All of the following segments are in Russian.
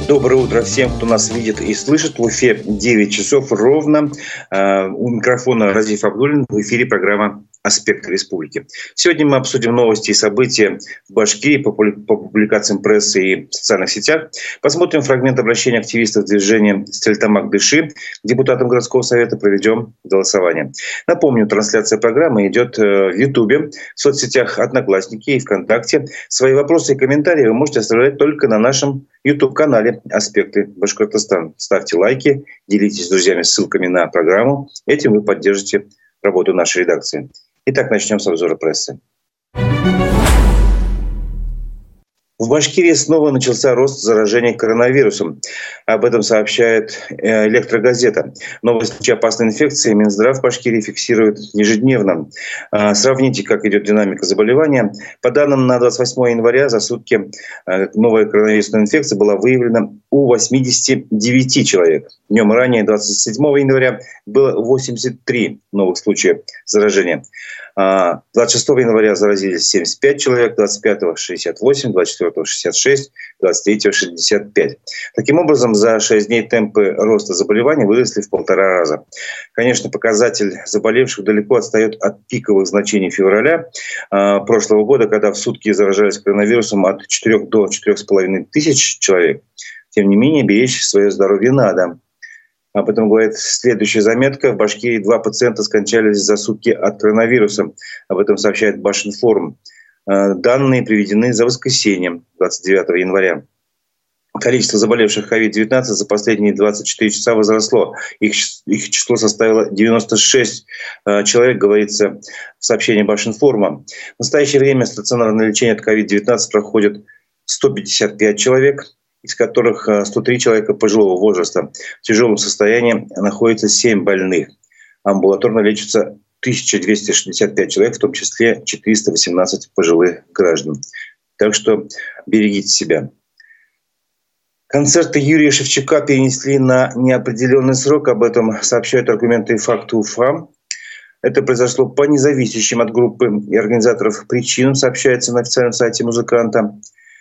Доброе утро всем, кто нас видит и слышит. В Уфе 9 часов ровно. У микрофона Разиф Абдуллин. В эфире программа «Аспекты республики». Сегодня мы обсудим новости и события в Башкирии по публикациям прессы и в социальных сетях. Посмотрим фрагмент обращения активистов движения «Стельтамак-Дыши». Депутатам городского совета проведем голосование. Напомню, трансляция программы идет в Ютубе, в соцсетях «Одноклассники» и ВКонтакте. Свои вопросы и комментарии вы можете оставлять только на нашем YouTube-канале «Аспекты Башкортостана». Ставьте лайки, делитесь с друзьями ссылками на программу. Этим вы поддержите работу нашей редакции. Итак, начнем с обзора прессы. В Башкирии снова начался рост заражения коронавирусом. Об этом сообщает «Электрогазета». Новые случаи опасной инфекции Минздрав Башкирии фиксирует ежедневно. Сравните, как идет динамика заболевания. По данным на 28 января за сутки новая коронавирусная инфекция была выявлена у 89 человек. Днем ранее, 27 января, было 83 новых случая заражения. 26 января заразились 75 человек, 25-го 68, 24-го 66, 23-го 65. Таким образом, за 6 дней темпы роста заболеваний выросли в 1,5 раза. Конечно, показатель заболевших далеко отстает от пиковых значений февраля прошлого года, когда в сутки заражались коронавирусом от 4 до 4,5 тысяч человек. Тем не менее, беречь свое здоровье надо. Об этом говорит следующая заметка. В Башкирии 2 пациента скончались за сутки от коронавируса. Об этом сообщает Башинформ. Данные приведены за воскресенье, 29 января. Количество заболевших COVID-19 за последние 24 часа возросло. Их число составило 96 человек, говорится в сообщении Башинформа. В настоящее время стационарное лечение от COVID-19 проходит 155 человек, из которых 103 человека пожилого возраста. В тяжелом состоянии находится 7 больных. Амбулаторно лечится 1265 человек, в том числе 418 пожилых граждан. Так что берегите себя. Концерты Юрия Шевчука перенесли на неопределенный срок. Об этом сообщают «Аргументы и факты УФА». Это произошло по независящим от группы и организаторов причинам, сообщается на официальном сайте музыканта.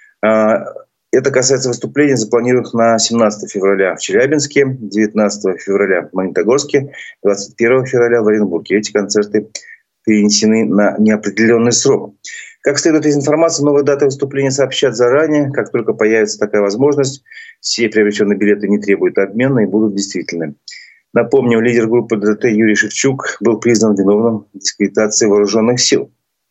Это касается выступлений, запланированных на 17 февраля в Челябинске, 19 февраля в Магнитогорске, 21 февраля в Оренбурге. Эти концерты перенесены на неопределенный срок. Как следует из информации, новые даты выступления сообщат заранее. Как только появится такая возможность, все приобретенные билеты не требуют обмена и будут действительны. Напомню, лидер группы ДТ Юрий Шевчук был признан виновным в дискредитации вооруженных сил.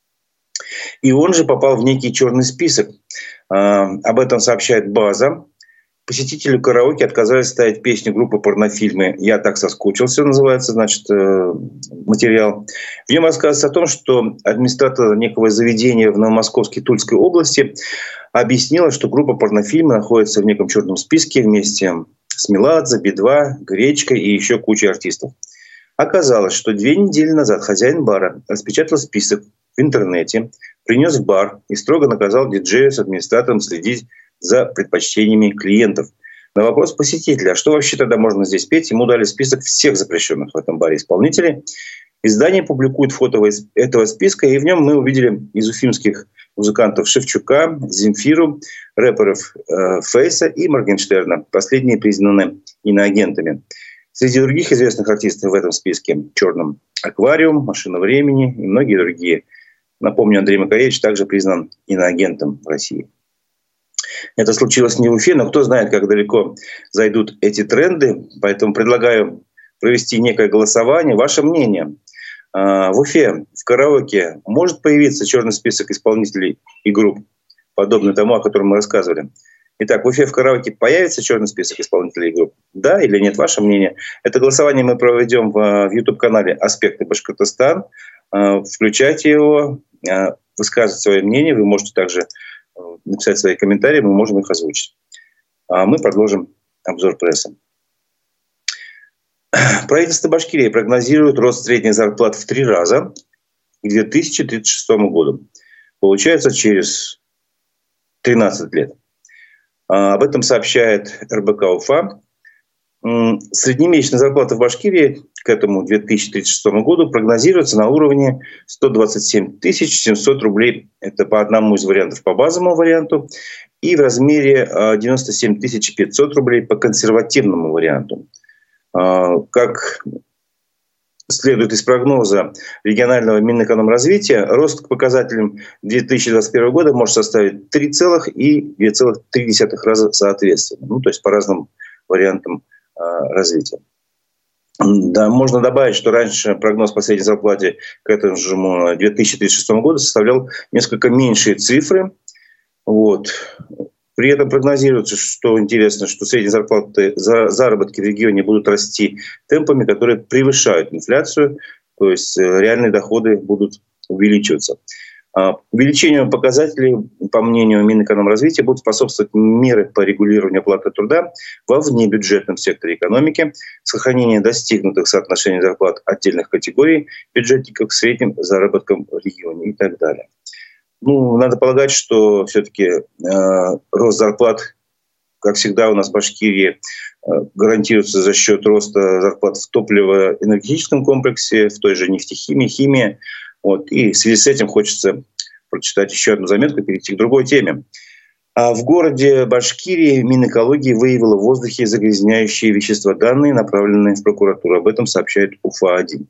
И он же попал в некий черный список. Об этом сообщает «База». Посетители караоке отказались ставить песню группы «Порнофильмы». «Я так соскучился» называется, материал. В нем рассказывается о том, что администратор некого заведения в Новомосковской Тульской области объяснила, что группа «Порнофильмы» находится в неком черном списке вместе с Меладзе, Би-2, Гречкой и еще кучей артистов. Оказалось, что 2 недели назад хозяин бара распечатал список в интернете, принес в бар и строго наказал диджею с администратором следить за предпочтениями клиентов. На вопрос посетителя, а что вообще тогда можно здесь петь, ему дали список всех запрещенных в этом баре исполнителей. Издание публикует фото этого списка, и в нем мы увидели из уфимских музыкантов Шевчука, Земфиру, рэперов Фейса и Моргенштерна. Последние признаны иноагентами. Среди других известных артистов в этом списке черном «Аквариум», «Машина времени» и многие другие. Напомню, Андрей Макаревич также признан иноагентом в России. Это случилось не в Уфе, но кто знает, как далеко зайдут эти тренды. Поэтому предлагаю провести некое голосование. Ваше мнение. В Уфе, в караоке может появиться черный список исполнителей и групп, подобный тому, о котором мы рассказывали? Итак, в Уфе в караоке появится черный список исполнителей и групп? Да или нет? Ваше мнение. Это голосование мы проведем в YouTube-канале «Аспекты Башкортостан». Включайте его, высказывать свое мнение. Вы можете также написать свои комментарии, мы можем их озвучить. Мы продолжим обзор прессы. Правительство Башкирии прогнозирует рост средней зарплаты в 3 раза к 2036 году. Получается, через 13 лет. Об этом сообщает РБК Уфа. Среднемесячная зарплата в Башкирии к этому 2036 году прогнозируется на уровне 127 700 рублей. Это по одному из вариантов, по базовому варианту. и в размере 97 500 рублей по консервативному варианту. Как следует из прогноза регионального Минэкономразвития, рост к показателям 2021 года может составить 3 и 2,3 раза соответственно. То есть по разным вариантам развития. Да, можно добавить, что раньше прогноз по средней зарплате к этому же 2036 году составлял несколько меньшие цифры. При этом прогнозируется, что интересно, что средние зарплаты, заработки в регионе будут расти темпами, которые превышают инфляцию, то есть реальные доходы будут увеличиваться. Увеличению показателей, по мнению Минэкономразвития, будут способствовать меры по регулированию оплаты труда во внебюджетном секторе экономики, сохранение достигнутых соотношений зарплат отдельных категорий бюджетников к средним заработкам в регионе и так далее. Надо полагать, что все-таки рост зарплат, как всегда у нас в Башкирии, гарантируется за счет роста зарплат в топливо-энергетическом комплексе, в той же нефтехимии, химии. И в связи с этим хочется прочитать еще одну заметку и перейти к другой теме. В городе Башкирии Минэкологии выявило в воздухе загрязняющие вещества. Данные направленные в прокуратуру. Об этом сообщает УФА-1.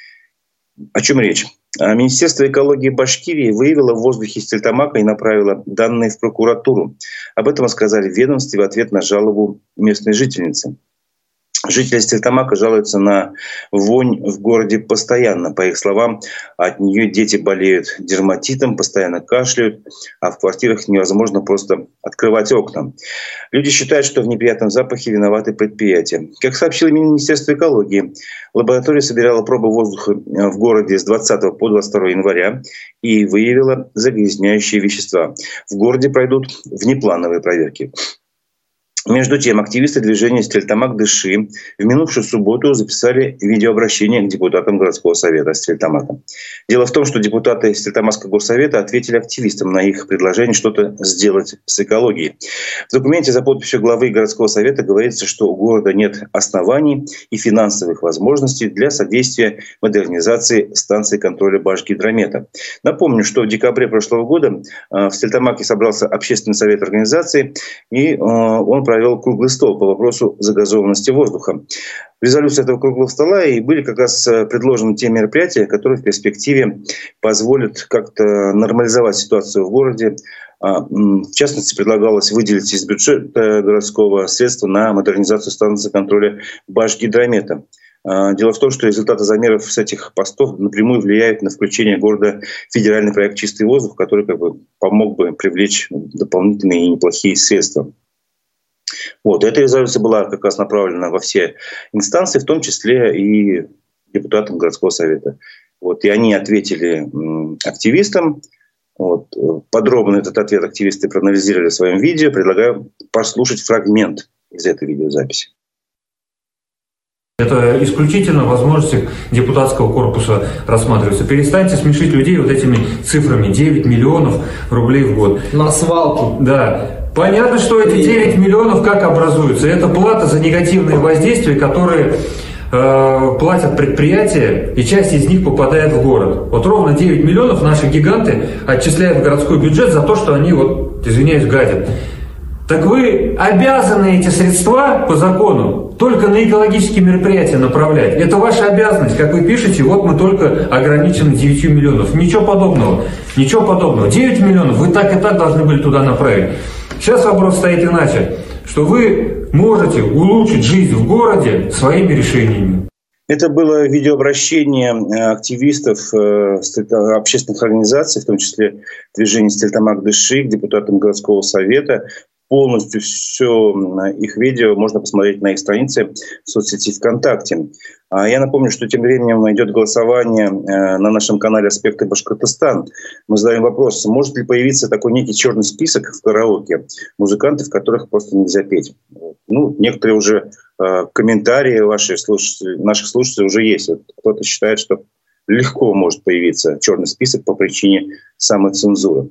О чем речь? Министерство экологии Башкирии выявило в воздухе стельтамака и направило данные в прокуратуру. Об этом рассказали в ведомстве в ответ на жалобу местной жительницы. Жители Стельтамака жалуются на вонь в городе постоянно. По их словам, от нее дети болеют дерматитом, постоянно кашляют, а в квартирах невозможно просто открывать окна. Люди считают, что в неприятном запахе виноваты предприятия. Как сообщило Министерство экологии, лаборатория собирала пробы воздуха в городе с 20 по 22 января и выявила загрязняющие вещества. В городе пройдут внеплановые проверки. Между тем, активисты движения «Стельтамак Дыши» в минувшую субботу записали видеообращение к депутатам городского совета Стельтамака. Дело в том, что депутаты Стельтамакского горсовета ответили активистам на их предложение что-то сделать с экологией. В документе за подписью главы городского совета говорится, что у города нет оснований и финансовых возможностей для содействия модернизации станции контроля Башгидромета. Напомню, что в декабре прошлого года в Стельтамаке собрался общественный совет организации, и он провел круглый стол по вопросу загазованности воздуха. В резолюции этого круглого стола и были как раз предложены те мероприятия, которые в перспективе позволят как-то нормализовать ситуацию в городе. В частности, предлагалось выделить из бюджета городского средства на модернизацию станции контроля Башгидромета. Дело в том, что результаты замеров с этих постов напрямую влияют на включение города в федеральный проект «Чистый воздух», который помог бы привлечь дополнительные и неплохие средства. Эта резолюция была как раз направлена во все инстанции, в том числе и депутатам городского совета. И они ответили активистам. Подробно этот ответ активисты проанализировали в своем видео. Предлагаю послушать фрагмент из этой видеозаписи. Это исключительно возможности депутатского корпуса рассматриваются. Перестаньте смешить людей этими цифрами. 9 миллионов рублей в год. На свалку. Да. Понятно, что эти 9 миллионов как образуются. Это плата за негативные воздействия, которые платят предприятия, и часть из них попадает в город. Ровно 9 миллионов наши гиганты отчисляют в городской бюджет за то, что они, извиняюсь, гадят. Так вы обязаны эти средства по закону только на экологические мероприятия направлять. Это ваша обязанность. Как вы пишете, мы только ограничены 9 миллионов. Ничего подобного. 9 миллионов вы так и так должны были туда направить. Сейчас вопрос стоит иначе, что вы можете улучшить жизнь в городе своими решениями. Это было видеообращение активистов общественных организаций, в том числе движения «Стельтамак Дыши», к депутатам городского совета. Полностью все их видео можно посмотреть на их странице в соцсети ВКонтакте. Я напомню, что тем временем идет голосование на нашем канале «Аспекты Башкортостан». Мы задаем вопрос, может ли появиться такой некий черный список в караоке музыкантов, которых просто нельзя петь. Некоторые уже комментарии наших слушателей уже есть. Кто-то считает, что легко может появиться черный список по причине самоцензуры.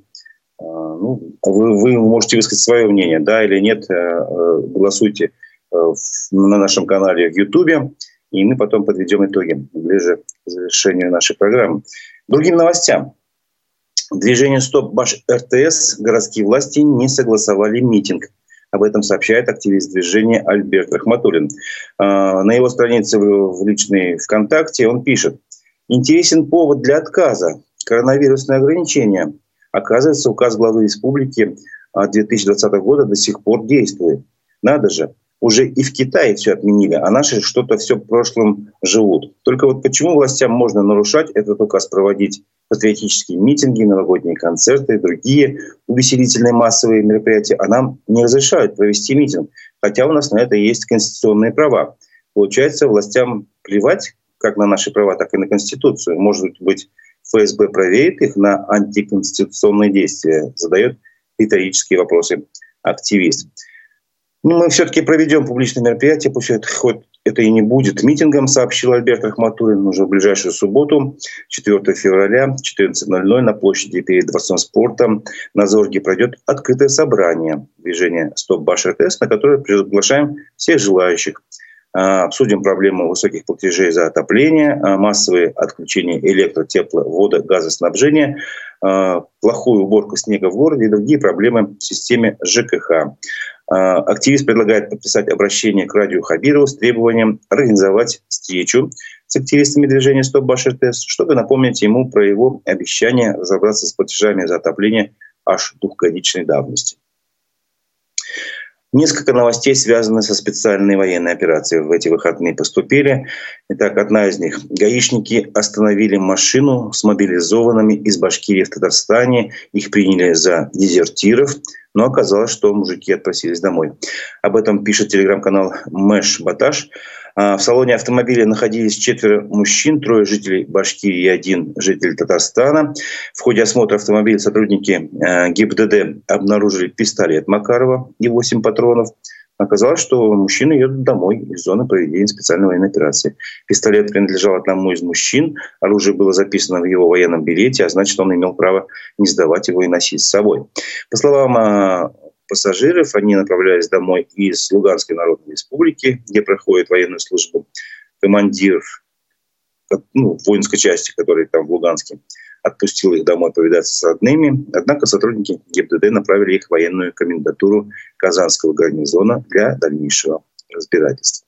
Вы можете высказать свое мнение, да или нет. Голосуйте на нашем канале в Ютубе, и мы потом подведем итоги ближе к завершению нашей программы. Другим новостям. Движение «Стоп Баш РТС» городские власти не согласовали митинг. Об этом сообщает активист движения Альберт Рахматуллин. На его странице в личной ВКонтакте он пишет: «Интересен повод для отказа. Коронавирусные ограничения. Оказывается, указ главы республики 2020 года до сих пор действует. Надо же, уже и в Китае все отменили, а наши что-то все в прошлом живут. Только вот почему властям можно нарушать этот указ, проводить патриотические митинги, новогодние концерты, другие увеселительные массовые мероприятия, а нам не разрешают провести митинг, хотя у нас на это есть конституционные права. Получается, властям плевать как на наши права, так и на Конституцию. Может быть, ФСБ проверит их на антиконституционные действия, задает риторические вопросы активист. Мы все-таки проведем публичное мероприятие, пусть хоть это и не будет митингом, сообщил Альберт Рахматуллин уже в ближайшую субботу, 4 февраля, 14:00 на площади перед Дворцом спорта на Зорге пройдет открытое собрание движения «Стоп Баш РТС», на которое приглашаем всех желающих. Обсудим проблему высоких платежей за отопление, массовые отключения электро-, тепло-, водо-, газоснабжения, плохую уборку снега в городе и другие проблемы в системе ЖКХ. Активист предлагает подписать обращение к Радию Хабирову с требованием организовать встречу с активистами движения «Стоп Баш РТС», чтобы напомнить ему про его обещание разобраться с платежами за отопление аж двухгодичной давности. Несколько новостей, связанных со специальной военной операцией, в эти выходные поступили. Итак, одна из них. Гаишники остановили машину с мобилизованными из Башкирии в Татарстане. Их приняли за дезертиров, но оказалось, что мужики отпросились домой. Об этом пишет телеграм-канал Мэш Баташ. В салоне автомобиля находились 4 мужчин, 3 жителей Башкирии и 1 житель Татарстана. В ходе осмотра автомобиля сотрудники ГИБДД обнаружили пистолет Макарова и 8 патронов. Оказалось, что мужчины едут домой из зоны проведения специальной военной операции. Пистолет принадлежал одному из мужчин, оружие было записано в его военном билете, а значит, он имел право не сдавать его и носить с собой. По словам пассажиров, они направлялись домой из Луганской Народной Республики, где проходит военную службу. Командир воинской части, который там в Луганске, отпустил их домой повидаться с родными. Однако сотрудники ГИБДД направили их в военную комендатуру Казанского гарнизона для дальнейшего разбирательства.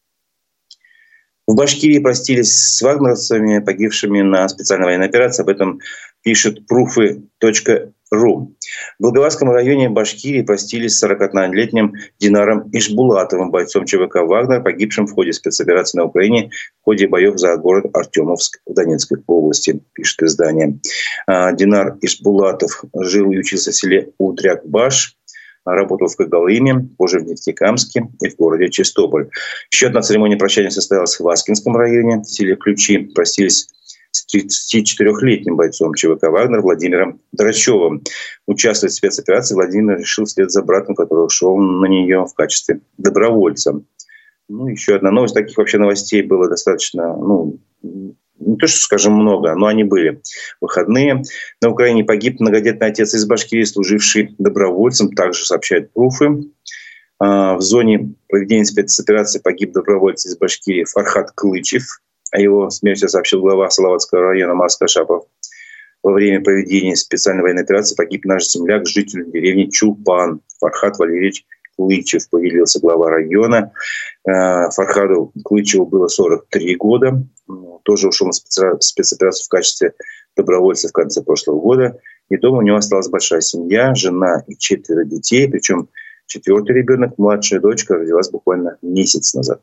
В Башкирии простились с вагнеровцами, погибшими на специальной военной операции. Об этом пишет proof.ru. В Волговаском районе Башкирии простились с 41-летним Динаром Ишбулатовым, бойцом ЧВК «Вагнер», погибшим в ходе спецоперации на Украине в ходе боев за город Артемовск в Донецкой области, пишет издание. Динар Ишбулатов жил и учился в селе Удряк-Баш, работал в Когалыме, позже в Нефтекамске и в городе Чистополь. Еще одна церемония прощания состоялась в Васкинском районе, в селе Ключи. Простились с 34-летним бойцом ЧВК «Вагнер» Владимиром Драчевым. Участвовать в спецоперации Владимир решил вслед за братом, который шел на нее в качестве добровольца. Еще одна новость. Таких вообще новостей было достаточно, не то что, скажем, много, но они были. Выходные. На Украине погиб многодетный отец из Башкирии, служивший добровольцем, также сообщают пруфы. В зоне проведения спецоперации погиб добровольец из Башкирии Фархат Клычев. О его смерти сообщил глава Салаватского района Марс Кашапов. Во время проведения специальной военной операции погиб наш земляк, житель деревни Чулпан Фархат Валерьевич Клычев, поделился глава района. Фархаду Клычеву было 43 года. Тоже ушел на спецоперацию в качестве добровольца в конце прошлого года. И дома у него осталась большая семья, жена и 4 детей. Причем 4-й ребенок, младшая дочка, родилась буквально месяц назад.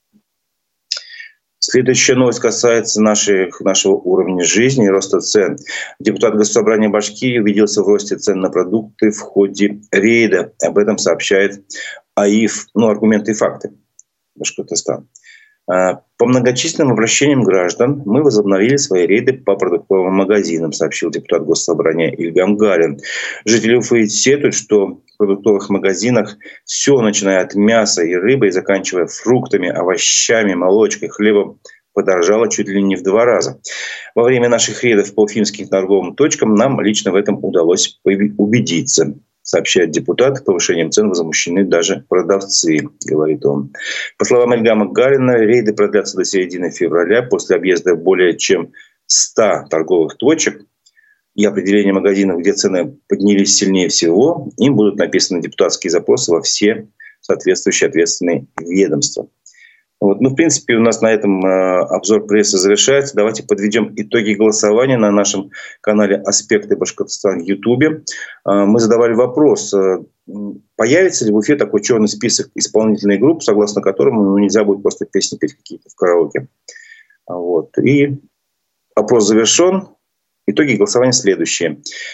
Следующая новость касается нашего уровня жизни и роста цен. Депутат Госсобрания Башкирии убедился в росте цен на продукты в ходе рейда. Об этом сообщает АИФ. Аргументы и факты. Башкортостан. По многочисленным обращениям граждан мы возобновили свои рейды по продуктовым магазинам, сообщил депутат Госсобрания Ильгам Галин. Жители Уфы сетуют, что в продуктовых магазинах все, начиная от мяса и рыбы и заканчивая фруктами, овощами, молочкой, хлебом, подорожало чуть ли не в 2 раза. Во время наших рейдов по уфимским торговым точкам нам лично в этом удалось убедиться, сообщает депутат. Повышением цен возмущены даже продавцы, говорит он. По словам Ильгама Галина, рейды продлятся до середины февраля. После объезда более чем 100 торговых точек и определение магазинов, где цены поднялись сильнее всего, им будут написаны депутатские запросы во все соответствующие ответственные ведомства. Вот. Ну, в принципе, у нас на этом обзор прессы завершается. Давайте подведем итоги голосования на нашем канале «Аспекты Башкортостана» в Ютубе. Мы задавали вопрос, появится ли в Уфе такой черный список исполнительных групп, согласно которому нельзя будет просто песни петь какие-то в караоке. Вот. И опрос завершен. Итоги голосования следующие.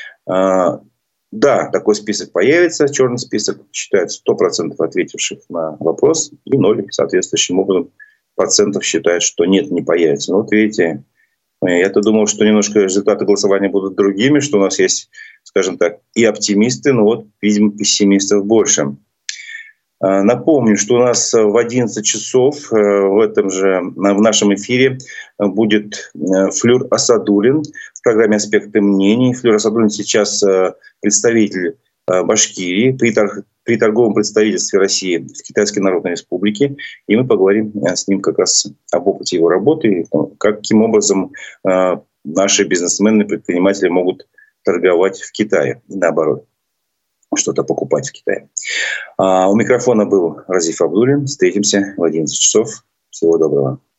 Да, такой список появится, черный список, считают 100% ответивших на вопрос, и 0 соответствующим образом процентов считают, что нет, не появится. Ну, вот видите, я-то думал, что немножко результаты голосования будут другими, что у нас есть, скажем так, и оптимисты, но вот, видимо, пессимистов больше. Напомню, что у нас в 11 часов в нашем эфире будет Флюр Асадуллин в программе «Аспекты мнений». Флюр Асадуллин сейчас представитель Башкирии при торговом представительстве России в Китайской Народной Республике. И мы поговорим с ним как раз об опыте его работы и каким образом наши бизнесмены, предприниматели могут торговать в Китае и наоборот, что-то покупать в Китае. У микрофона был Разиф Абдуллин. Встретимся в 11 часов. Всего доброго.